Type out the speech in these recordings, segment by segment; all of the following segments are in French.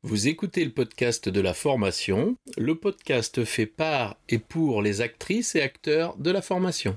Vous écoutez le podcast de la formation. Le podcast fait par et pour les actrices et acteurs de la formation.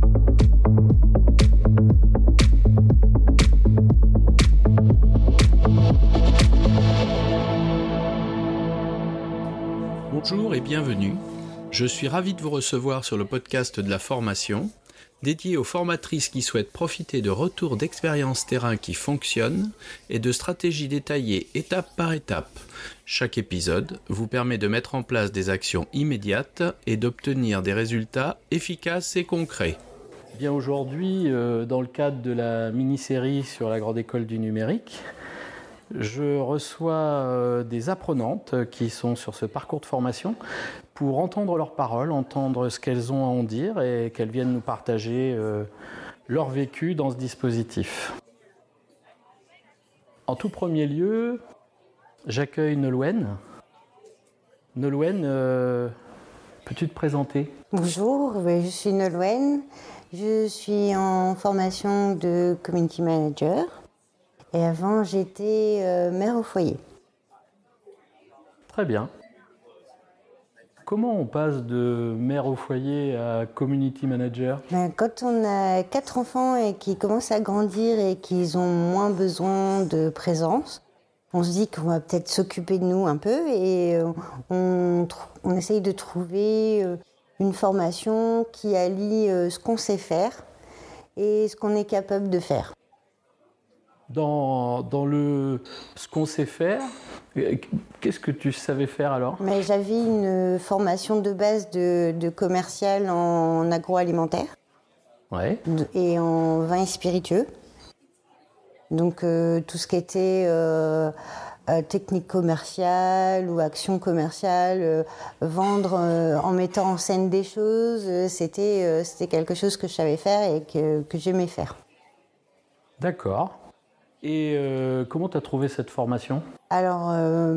Bonjour et bienvenue. Je suis ravi de vous recevoir sur le podcast de la formation, dédié aux formatrices qui souhaitent profiter de retours d'expériences terrain qui fonctionnent et de stratégies détaillées étape par étape. Chaque épisode vous permet de mettre en place des actions immédiates et d'obtenir des résultats efficaces et concrets. Bien aujourd'hui, dans le cadre de la mini-série sur la Grande École du Numérique, je reçois des apprenantes qui sont sur ce parcours de formation pour entendre leurs paroles, entendre ce qu'elles ont à en dire et qu'elles viennent nous partager leur vécu dans ce dispositif. En tout premier lieu, j'accueille Nolwenn. Nolwenn, peux-tu te présenter ? Bonjour, je suis Nolwenn. Je suis en formation de Community Manager. Et avant, j'étais mère au foyer. Très bien. Comment on passe de mère au foyer à community manager ? Quand on a 4 enfants et qu'ils commencent à grandir et qu'ils ont moins besoin de présence, on se dit qu'on va peut-être s'occuper de nous un peu et on essaye de trouver une formation qui allie ce qu'on sait faire et ce qu'on est capable de faire. Dans ce qu'on sait faire, qu'est-ce que tu savais faire alors ? J'avais une formation de base de commercial en agroalimentaire et en vin et spiritueux. Donc tout ce qui était technique commerciale ou action commerciale, vendre en mettant en scène des choses, c'était quelque chose que je savais faire et que j'aimais faire. D'accord. Et comment tu as trouvé cette formation ? Alors,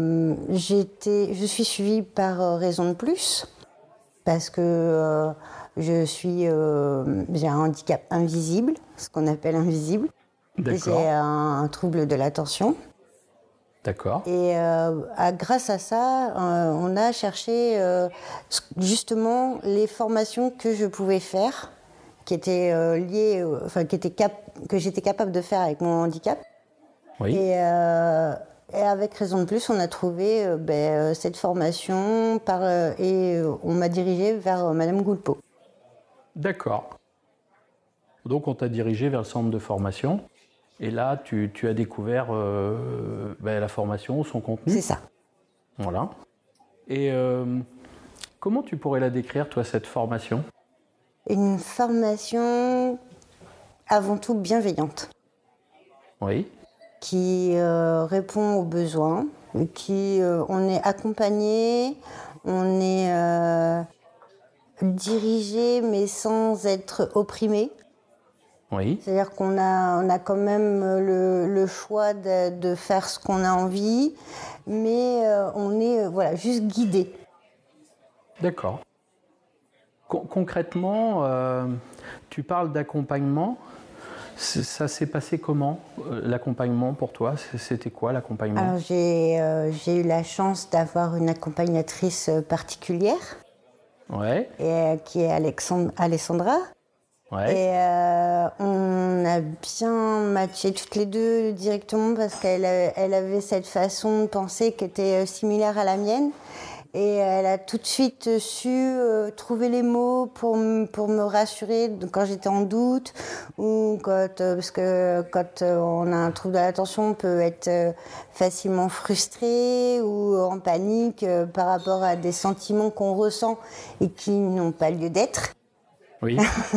je suis suivie par Raison de Plus parce que j'ai un handicap invisible, ce qu'on appelle invisible. D'accord. J'ai un trouble de l'attention. D'accord. Et grâce à ça, on a cherché justement les formations que je pouvais faire, qui étaient liées, que j'étais capable de faire avec mon handicap. Oui. Et avec Raison de Plus, on a trouvé cette formation et on m'a dirigée vers Madame Goulpeau. D'accord. Donc on t'a dirigé vers le centre de formation. Et là, tu as découvert la formation, son contenu. C'est ça. Voilà. Et comment tu pourrais la décrire, toi, cette formation ? Une formation avant tout bienveillante. Oui. Qui répond aux besoins, on est accompagné, on est dirigé mais sans être opprimé. Oui. C'est-à-dire qu'on a quand même le choix de faire ce qu'on a envie, mais on est juste guidé. D'accord. Concrètement, tu parles d'accompagnement. Ça s'est passé comment, l'accompagnement pour toi ? C'était quoi l'accompagnement ? Alors j'ai eu la chance d'avoir une accompagnatrice particulière, qui est Alessandra. Ouais. Et on a bien matché toutes les deux directement parce qu'elle avait cette façon de penser qui était similaire à la mienne. Et elle a tout de suite su trouver les mots pour me rassurer quand j'étais en doute ou parce que quand on a un trouble de l'attention, on peut être facilement frustré ou en panique par rapport à des sentiments qu'on ressent et qui n'ont pas lieu d'être. Oui.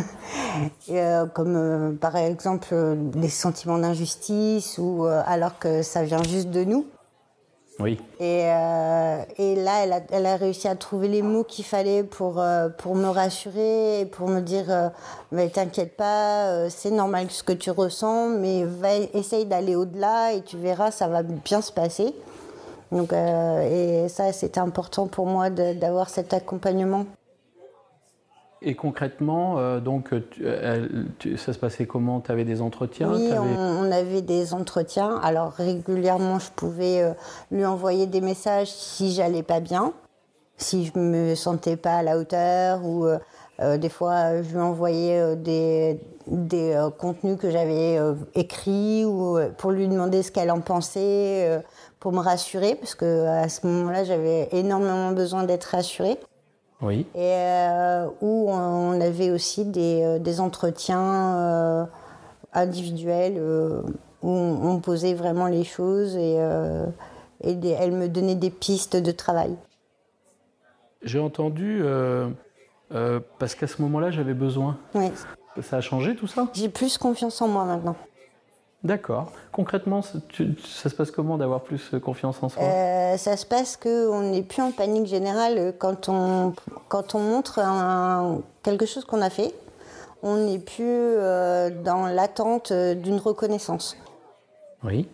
Comme par exemple des sentiments d'injustice ou alors que ça vient juste de nous. Oui. Et là, elle a réussi à trouver les mots qu'il fallait pour me rassurer et pour me dire t'inquiète pas, c'est normal ce que tu ressens, mais essaye d'aller au-delà et tu verras, ça va bien se passer. Donc, et ça, c'était important pour moi d'avoir cet accompagnement. Et concrètement, ça se passait comment? Tu avais des entretiens? Oui, on avait des entretiens. Alors régulièrement, je pouvais lui envoyer des messages si j'allais pas bien, si je me sentais pas à la hauteur, ou des fois je lui envoyais des contenus que j'avais écrits, ou pour lui demander ce qu'elle en pensait, pour me rassurer, parce que à ce moment-là, j'avais énormément besoin d'être rassurée. Oui. Et où on avait aussi des entretiens individuels où on posait vraiment les choses, et elle me donnait des pistes de travail. J'ai entendu, parce qu'à ce moment-là, j'avais besoin. Oui. Ça a changé tout ça? J'ai plus confiance en moi maintenant. D'accord. Concrètement, ça se passe comment d'avoir plus confiance en soi? Ça se passe qu'on n'est plus en panique générale quand on montre quelque chose qu'on a fait. On n'est plus dans l'attente d'une reconnaissance. Oui.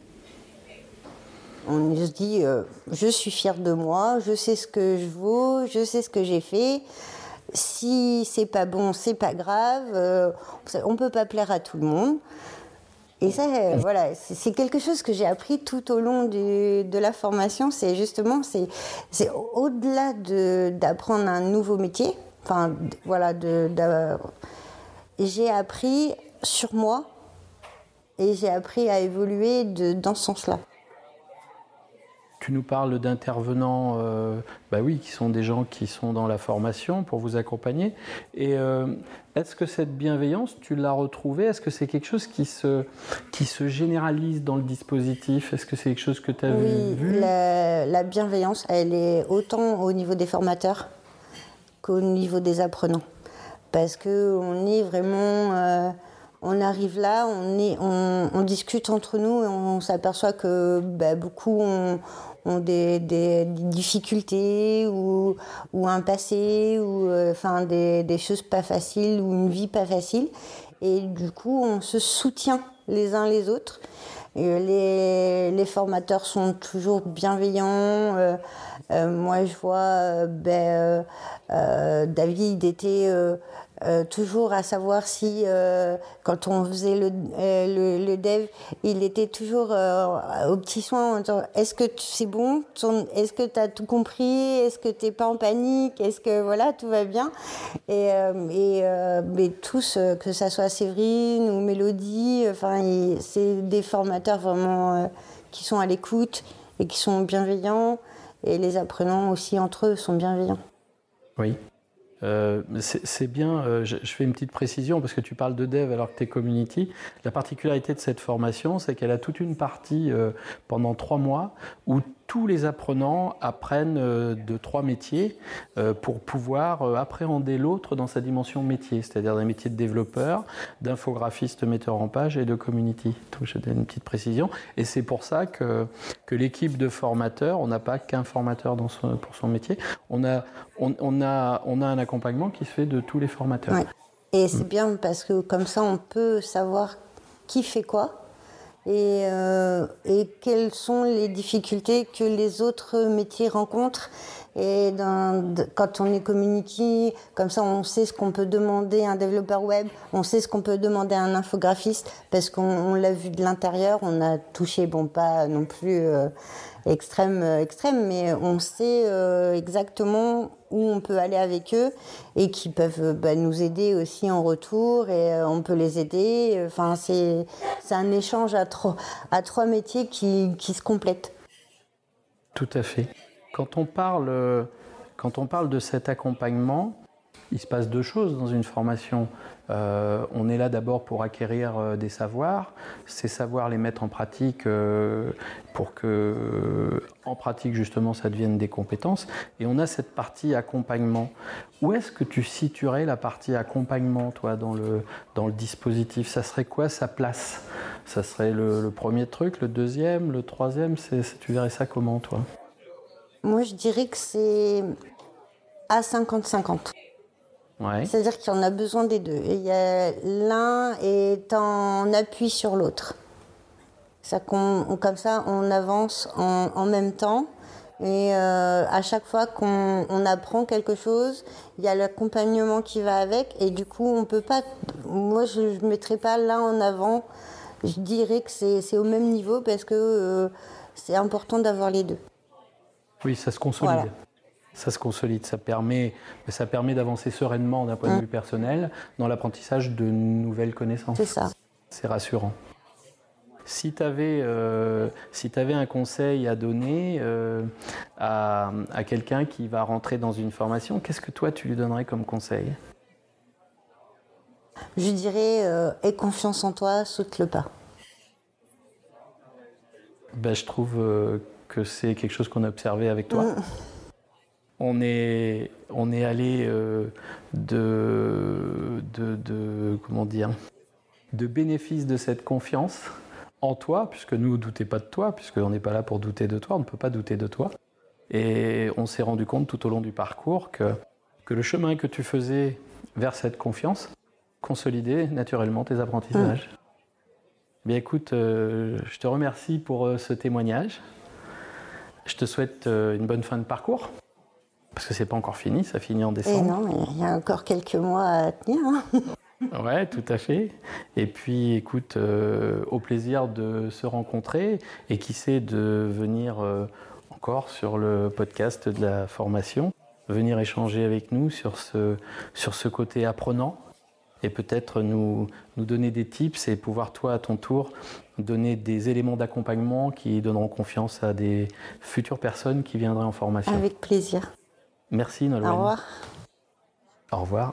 On se dit, je suis fière de moi, je sais ce que je vaux, je sais ce que j'ai fait. Si c'est pas bon, c'est pas grave. On peut pas plaire à tout le monde. Et ça, voilà, c'est quelque chose que j'ai appris tout au long de la formation. C'est justement, c'est au-delà d'apprendre un nouveau métier. Enfin, voilà, j'ai appris sur moi, et j'ai appris à évoluer dans ce sens-là. Tu nous parles d'intervenants, qui sont des gens qui sont dans la formation pour vous accompagner. Et est-ce que cette bienveillance, tu l'as retrouvée? Est-ce que c'est quelque chose qui se généralise dans le dispositif? Est-ce que c'est quelque chose que tu as vu? Oui, la bienveillance, elle est autant au niveau des formateurs qu'au niveau des apprenants. Parce qu'on est vraiment... on arrive là, on discute entre nous, et on s'aperçoit que beaucoup ont des difficultés, ou un passé, ou des choses pas faciles, ou une vie pas facile. Et du coup, on se soutient les uns les autres. Et les formateurs sont toujours bienveillants. Moi, je vois David était toujours à savoir si, quand on faisait le dev, il était toujours au petit soin en disant, est-ce que c'est bon, est-ce que tu as tout compris, est-ce que tu n'es pas en panique, est-ce que voilà, tout va bien. Mais tous, que ça soit Séverine ou Mélodie, c'est des formateurs vraiment qui sont à l'écoute et qui sont bienveillants, et les apprenants aussi entre eux sont bienveillants. Oui. C'est bien, je fais une petite précision parce que tu parles de dev alors que tu es community. La particularité de cette formation, c'est qu'elle a toute une partie pendant 3 mois où tous les apprenants apprennent de 3 métiers pour pouvoir appréhender l'autre dans sa dimension métier, c'est-à-dire des métiers de développeur, d'infographiste, metteur en page et de community. Donc, je donne une petite précision. Et c'est pour ça que l'équipe de formateurs, on n'a pas qu'un formateur pour son métier, on a un accompagnement qui se fait de tous les formateurs. Ouais. Et c'est bien parce que comme ça, on peut savoir qui fait quoi, et quelles sont les difficultés que les autres métiers rencontrent. Et quand on est community, comme ça, on sait ce qu'on peut demander à un développeur web, on sait ce qu'on peut demander à un infographiste, parce qu'on l'a vu de l'intérieur, on a touché, pas non plus extrême, mais on sait exactement où on peut aller avec eux, et qui peuvent nous aider aussi en retour, et on peut les aider. Enfin, c'est un échange à 3 métiers qui se complètent. Tout à fait. Quand on parle de cet accompagnement, il se passe 2 choses dans une formation. On est là d'abord pour acquérir des savoirs, ces savoirs les mettre en pratique pour que, en pratique justement, ça devienne des compétences. Et on a cette partie accompagnement. Où est-ce que tu situerais la partie accompagnement, toi, dans le dispositif? Ça serait quoi sa place? Ça serait le premier truc, le deuxième, le troisième? Tu verrais ça comment, toi? Moi, je dirais que c'est à 50-50. Ouais. C'est-à-dire qu'il y en a besoin des deux. Et l'un est en appui sur l'autre. Comme ça, on avance en même temps, Et à chaque fois qu'on apprend quelque chose, il y a l'accompagnement qui va avec. Et du coup, on peut pas. Moi, je ne mettrais pas l'un en avant. Je dirais que c'est au même niveau parce que c'est important d'avoir les deux. Oui, ça se consolide. Voilà. Ça se consolide. Ça permet d'avancer sereinement d'un point de vue personnel dans l'apprentissage de nouvelles connaissances. C'est ça. C'est rassurant. Si tu avais un conseil à donner à quelqu'un qui va rentrer dans une formation, qu'est-ce que toi tu lui donnerais comme conseil ? Je dirais aie confiance en toi, saute le pas. Ben, je trouve que c'est quelque chose qu'on a observé avec toi. On est allé de bénéfice de cette confiance en toi, puisque nous ne doutons pas de toi, puisqu'on n'est pas là pour douter de toi, on ne peut pas douter de toi. Et on s'est rendu compte tout au long du parcours que le chemin que tu faisais vers cette confiance consolidait naturellement tes apprentissages. Bien écoute, je te remercie pour ce témoignage. Je te souhaite une bonne fin de parcours, parce que c'est pas encore fini, ça finit en décembre. Et non, mais il y a encore quelques mois à tenir. Ouais, tout à fait. Et puis, écoute, au plaisir de se rencontrer et qui sait de venir encore sur le podcast de la formation, venir échanger avec nous sur ce côté apprenant et peut-être nous donner des tips et pouvoir, toi, à ton tour, donner des éléments d'accompagnement qui donneront confiance à des futures personnes qui viendraient en formation. Avec plaisir. Merci, Nolwenn. Au revoir. Au revoir.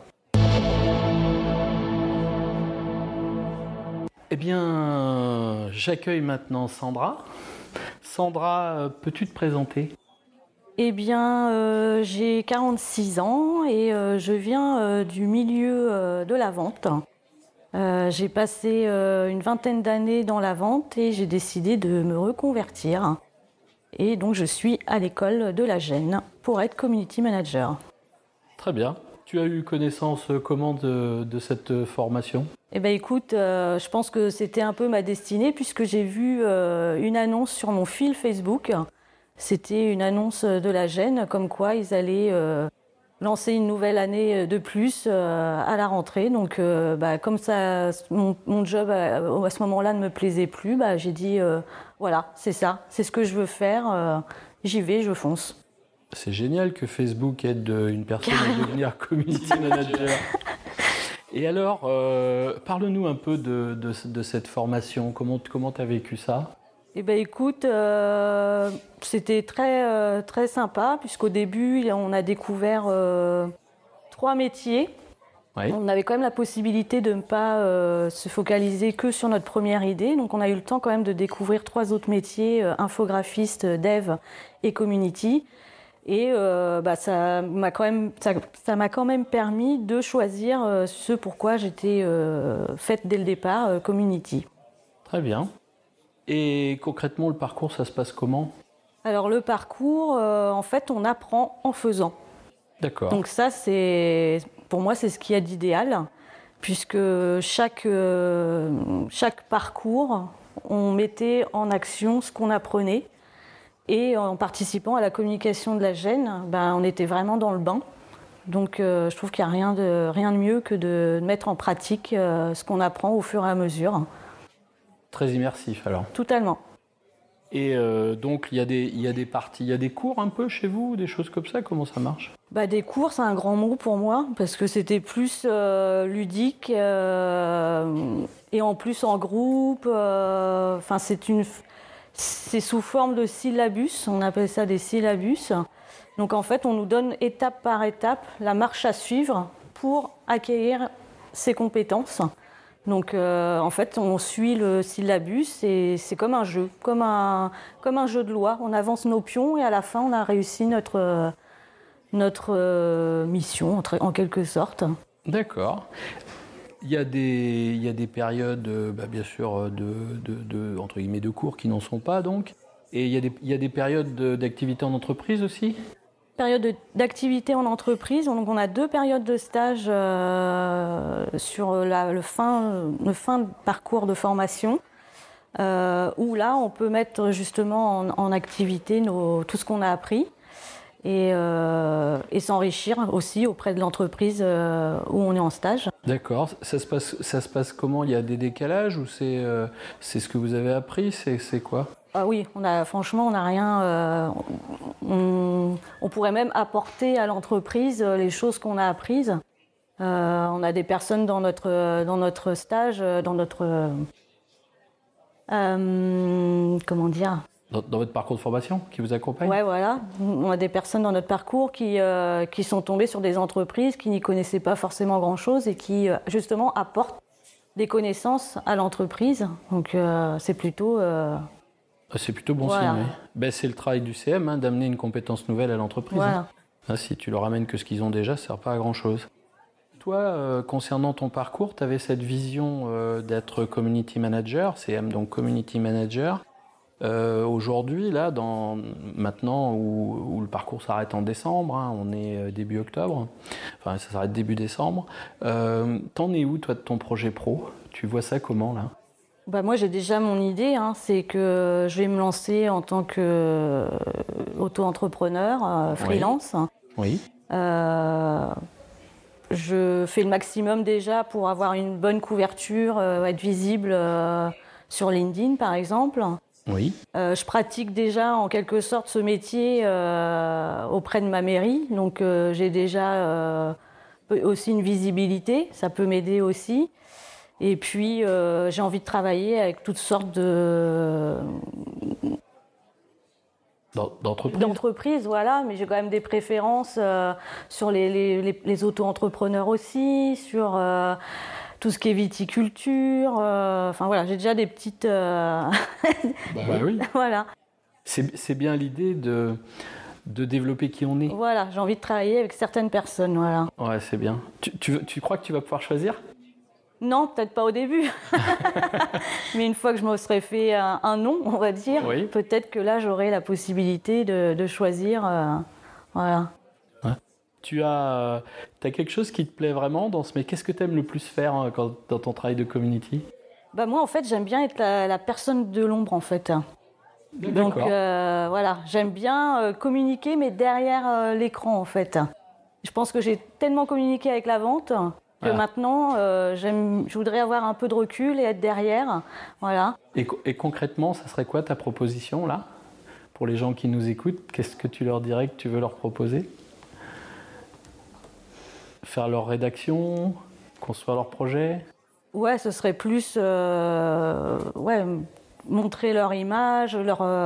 Eh bien, j'accueille maintenant Sandra. Sandra, peux-tu te présenter ? Eh bien, j'ai 46 ans et je viens du milieu de la vente. J'ai passé une vingtaine d'années dans la vente et j'ai décidé de me reconvertir. Et donc, je suis à l'école de la Gênes pour être community manager. Très bien. Tu as eu connaissance comment de cette formation ? Eh bien, écoute, je pense que c'était un peu ma destinée puisque j'ai vu une annonce sur mon fil Facebook. C'était une annonce de la Gênes, comme quoi ils allaient lancer une nouvelle année de plus à la rentrée. Donc, comme ça, mon job à ce moment-là ne me plaisait plus, j'ai dit, voilà, c'est ça, c'est ce que je veux faire, j'y vais, je fonce. C'est génial que Facebook aide une personne à devenir community manager. Et alors, parle-nous un peu de cette formation. Comment tu as vécu ça ? Eh bien, écoute, c'était très, très sympa, puisqu'au début, on a découvert 3 métiers. Oui. On avait quand même la possibilité de ne pas se focaliser que sur notre première idée. Donc, on a eu le temps quand même de découvrir 3 autres métiers, infographiste, dev et community. Et ça m'a quand même permis de choisir ce pourquoi j'étais faite dès le départ, community. Très bien. Et concrètement, le parcours, ça se passe comment ? Alors le parcours, en fait, on apprend en faisant. D'accord. Donc ça, pour moi, c'est ce qu'il y a d'idéal, puisque chaque parcours, on mettait en action ce qu'on apprenait. Et en participant à la communication de la Gênes, on était vraiment dans le bain. Donc je trouve qu'il n'y a rien de mieux que de mettre en pratique ce qu'on apprend au fur et à mesure. Très immersif alors. Totalement. Et donc il y a des parties, il y a des cours un peu chez vous, des choses comme ça, comment ça marche ? Des cours, c'est un grand mot pour moi, parce que c'était plus ludique et en plus en groupe. C'est sous forme de syllabus, on appelle ça des syllabus. Donc en fait, on nous donne étape par étape la marche à suivre pour acquérir ces compétences. Donc en fait, on suit le syllabus et c'est comme un jeu, comme un jeu de loi. On avance nos pions et à la fin, on a réussi notre mission, en quelque sorte. D'accord. Il y a des périodes, bien sûr, de entre guillemets de cours qui n'en sont pas donc. Et il y a des périodes d'activité en entreprise aussi ? Période d'activité en entreprise, donc on a 2 périodes de stage sur le fin de parcours de formation. où là, on peut mettre justement en activité tout ce qu'on a appris et s'enrichir aussi auprès de l'entreprise où on est en stage. D'accord. Ça se passe comment? Il y a des décalages ou c'est ce que vous avez appris? C'est quoi? Ah oui, franchement, on n'a rien. On pourrait même apporter à l'entreprise les choses qu'on a apprises. On a des personnes dans notre stage, comment dire? Dans votre parcours de formation qui vous accompagne? Ouais, voilà. On a des personnes dans notre parcours qui sont tombées sur des entreprises qui n'y connaissaient pas forcément grand-chose et qui, justement, apportent des connaissances à l'entreprise. Donc, c'est plutôt... C'est plutôt bon voilà. signe, oui. Ben, c'est le travail du CM, d'amener une compétence nouvelle à l'entreprise. Voilà. Si tu leur ramènes que ce qu'ils ont déjà, ça ne sert pas à grand-chose. Toi, concernant ton parcours, tu avais cette vision d'être community manager, CM, donc community manager. Aujourd'hui, là, maintenant où le parcours s'arrête en décembre, on est début octobre, enfin ça s'arrête début décembre, t'en es où toi de ton projet pro? Tu vois ça comment là? Moi j'ai déjà mon idée, c'est que je vais me lancer en tant qu'auto-entrepreneur, freelance. Oui. Je fais le maximum déjà pour avoir une bonne couverture, être visible sur LinkedIn par exemple. Oui. Je pratique déjà en quelque sorte ce métier auprès de ma mairie, donc j'ai déjà aussi une visibilité, ça peut m'aider aussi. Et puis j'ai envie de travailler avec toutes sortes d'entreprises, voilà, mais j'ai quand même des préférences sur les auto-entrepreneurs aussi, sur tout ce qui est viticulture, enfin voilà, j'ai déjà des petites... oui. Voilà. C'est bien l'idée de développer qui on est. Voilà, j'ai envie de travailler avec certaines personnes, voilà. Ouais, c'est bien. Tu crois que tu vas pouvoir choisir? Non, peut-être pas au début. Mais une fois que je me serais fait un nom, on va dire, oui. Peut-être que là, j'aurai la possibilité de choisir. Voilà. Ouais. Tu as quelque chose qui te plaît vraiment dans ce... Mais qu'est-ce que tu aimes le plus faire dans ton travail de community? Moi, en fait, j'aime bien être la personne de l'ombre, en fait. D'accord. Donc, voilà, j'aime bien communiquer, mais derrière l'écran, en fait. Je pense que j'ai tellement communiqué avec la vente que maintenant, je voudrais avoir un peu de recul et être derrière. Voilà. Et concrètement, ça serait quoi ta proposition, là? Pour les gens qui nous écoutent, qu'est-ce que tu leur dirais que tu veux leur proposer? Faire leur rédaction? Construire leur projet? Ouais, ce serait plus montrer leur image,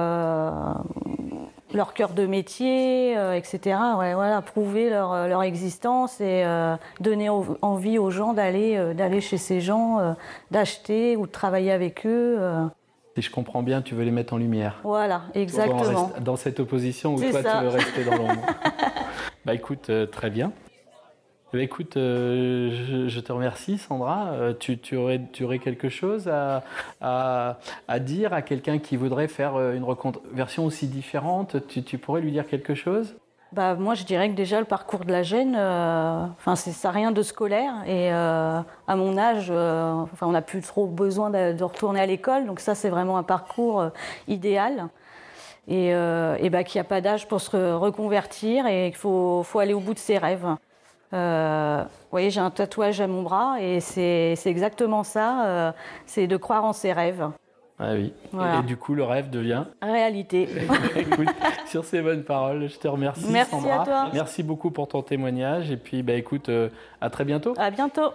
leur cœur de métier, etc. Ouais, voilà, prouver leur existence et donner envie aux gens d'aller chez ces gens, d'acheter ou de travailler avec eux. Si je comprends bien, tu veux les mettre en lumière. Voilà, exactement. Dans cette opposition où C'est toi, ça. tu veux rester dans l'ombre. Écoute, très bien. Écoute, je te remercie, Sandra. Tu aurais quelque chose à dire à quelqu'un qui voudrait faire une reconversion aussi différente? Tu pourrais lui dire quelque chose? Moi, je dirais que déjà, le parcours de la gêne, ça n'a rien de scolaire. Et à mon âge, on n'a plus trop besoin de retourner à l'école. Donc ça, c'est vraiment un parcours idéal. Et qu'il n'y a pas d'âge pour se reconvertir et qu'il faut aller au bout de ses rêves. Vous voyez, j'ai un tatouage à mon bras et c'est exactement ça, c'est de croire en ses rêves. Ah oui, voilà. Et du coup le rêve devient réalité. Écoute, sur ces bonnes paroles, je te remercie. Merci Sandra. à toi. Merci beaucoup pour ton témoignage et puis écoute, à très bientôt. À bientôt.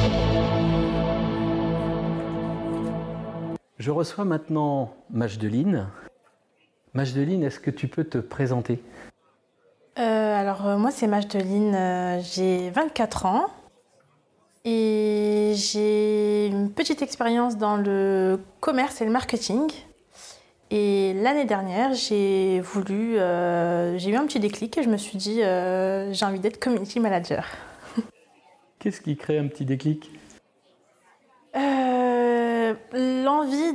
Je reçois maintenant Majdeline. Majdeline, est-ce que tu peux te présenter ? Moi c'est Majdeline, j'ai 24 ans et j'ai une petite expérience dans le commerce et le marketing. Et l'année dernière, j'ai eu un petit déclic et je me suis dit j'ai envie d'être community manager. Qu'est-ce qui crée un petit déclic ? L'envie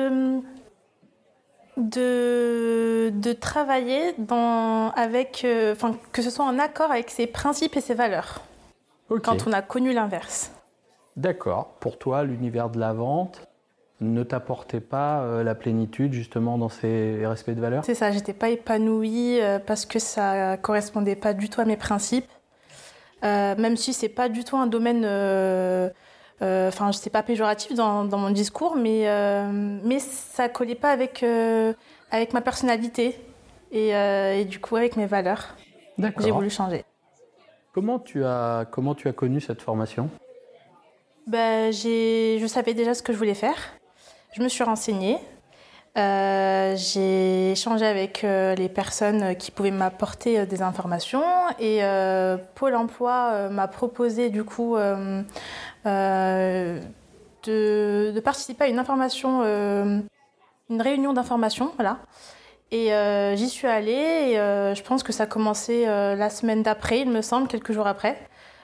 de travailler que ce soit en accord avec ses principes et ses valeurs. Okay. Quand on a connu l'inverse. D'accord. Pour toi, l'univers de la vente, ne t'apportait pas la plénitude justement dans ces respects de valeurs? C'est ça, j'étais pas épanouie parce que ça correspondait pas du tout à mes principes. Même si c'est pas du tout un domaine, c'est pas péjoratif dans mon discours, mais ça collait pas avec ma personnalité et du coup avec mes valeurs. D'accord. J'ai voulu changer. Comment tu as connu cette formation? Je savais déjà ce que je voulais faire. Je me suis renseignée. J'ai échangé avec les personnes qui pouvaient m'apporter des informations et Pôle emploi m'a proposé du coup de participer à une réunion d'information, voilà. Et j'y suis allée et je pense que ça a commencé la semaine d'après, il me semble, quelques jours après.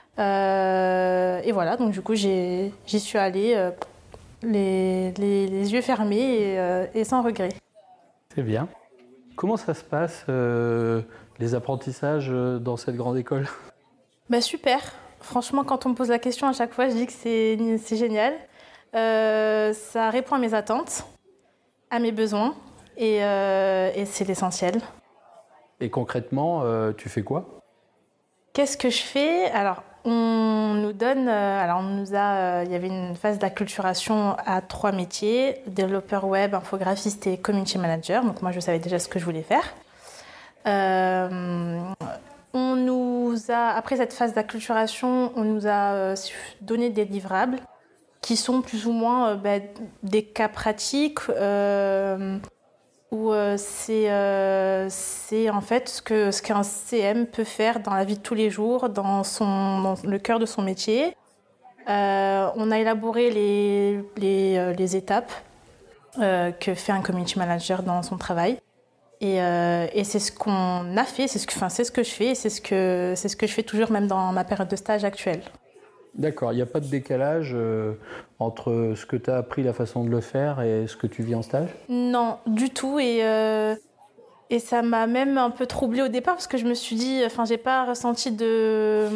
Et voilà, donc du coup j'y suis allée les yeux fermés et sans regret. C'est bien. Comment ça se passe, les apprentissages dans cette grande école? Super. Franchement, quand on me pose la question à chaque fois, je dis que c'est génial. Ça répond à mes attentes, à mes besoins et c'est l'essentiel. Et concrètement, tu fais quoi? Qu'est-ce que je fais? Alors, il y avait une phase d'acculturation à 3 métiers, développeur web, infographiste et community manager. Donc moi, je savais déjà ce que je voulais faire. Après cette phase d'acculturation, on nous a donné des livrables qui sont plus ou moins des cas pratiques où c'est en fait ce qu'un CM peut faire dans la vie de tous les jours, dans le cœur de son métier. On a élaboré les étapes que fait un community manager dans son travail. Et c'est ce qu'on a fait, c'est ce que je fais, et c'est ce que je fais toujours même dans ma période de stage actuelle. D'accord, il n'y a pas de décalage entre ce que tu as appris, la façon de le faire, et ce que tu vis en stage? Non, du tout. Et ça m'a même un peu troublée au départ parce que je me suis dit, j'ai pas ressenti de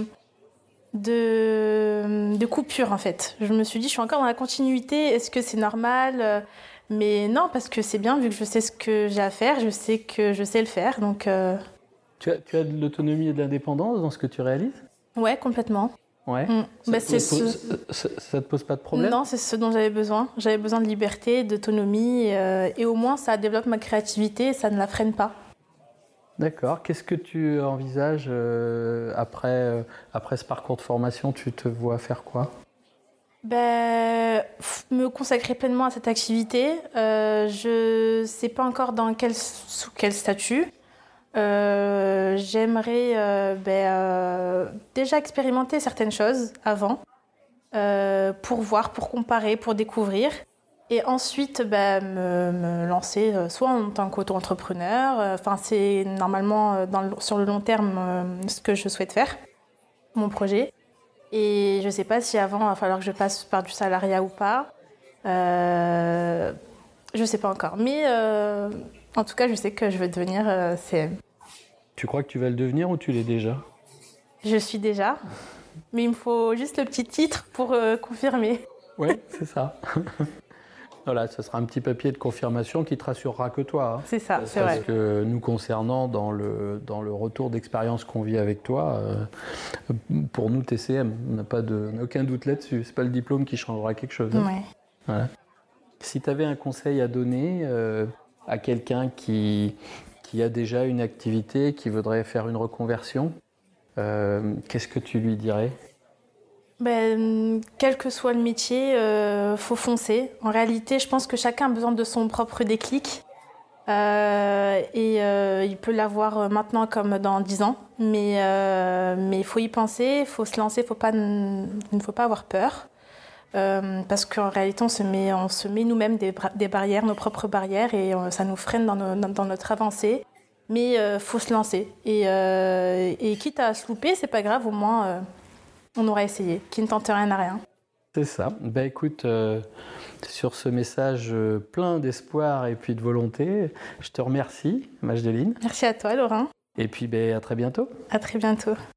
coupure en fait. Je me suis dit, je suis encore dans la continuité, est-ce que c'est normal? Mais non, parce que c'est bien, vu que je sais ce que j'ai à faire, je sais que je sais le faire. Donc, Tu as de l'autonomie et de l'indépendance dans ce que tu réalises? Ouais, complètement. Ouais. Ça te pose pas de problème? Non, c'est ce dont j'avais besoin. J'avais besoin de liberté, d'autonomie, et au moins ça développe ma créativité et ça ne la freine pas. D'accord. Qu'est-ce que tu envisages après ce parcours de formation? Tu te vois faire quoi? Me consacrer pleinement à cette activité. Je sais pas encore sous quel statut. J'aimerais déjà expérimenter certaines choses avant pour voir, pour comparer, pour découvrir et ensuite me lancer soit en tant qu'auto-entrepreneur. C'est normalement sur le long terme ce que je souhaite faire, mon projet. Et je sais pas si avant il va falloir que je passe par du salariat ou pas. Je sais pas encore, mais en tout cas, je sais que je veux devenir CM. Tu crois que tu vas le devenir ou tu l'es déjà? Je suis déjà, mais il me faut juste le petit titre pour confirmer. Ouais, c'est ça. Voilà, ce sera un petit papier de confirmation qui te rassurera que toi. C'est ça, c'est vrai. Parce que nous concernant, dans le retour d'expérience qu'on vit avec toi, pour nous, TCM, on n'a aucun doute là-dessus. C'est pas le diplôme qui changera quelque chose. Ouais. Voilà. Si tu avais un conseil à donner à quelqu'un qui a déjà une activité, qui voudrait faire une reconversion, qu'est-ce que tu lui dirais? Quel que soit le métier, faut foncer. En réalité, je pense que chacun a besoin de son propre déclic. Il peut l'avoir maintenant comme dans 10 ans. Mais il faut y penser, il faut se lancer, il ne faut pas avoir peur. Parce qu'en réalité, on se met nous-mêmes des barrières, nos propres barrières, et ça nous freine dans notre avancée. Mais faut se lancer. Et quitte à se louper, c'est pas grave, au moins on aura essayé. Qui ne tente rien n'a rien. C'est ça. Écoute, sur ce message plein d'espoir et puis de volonté, je te remercie, Majdeline. Merci à toi, Laurent. Et puis à très bientôt. À très bientôt.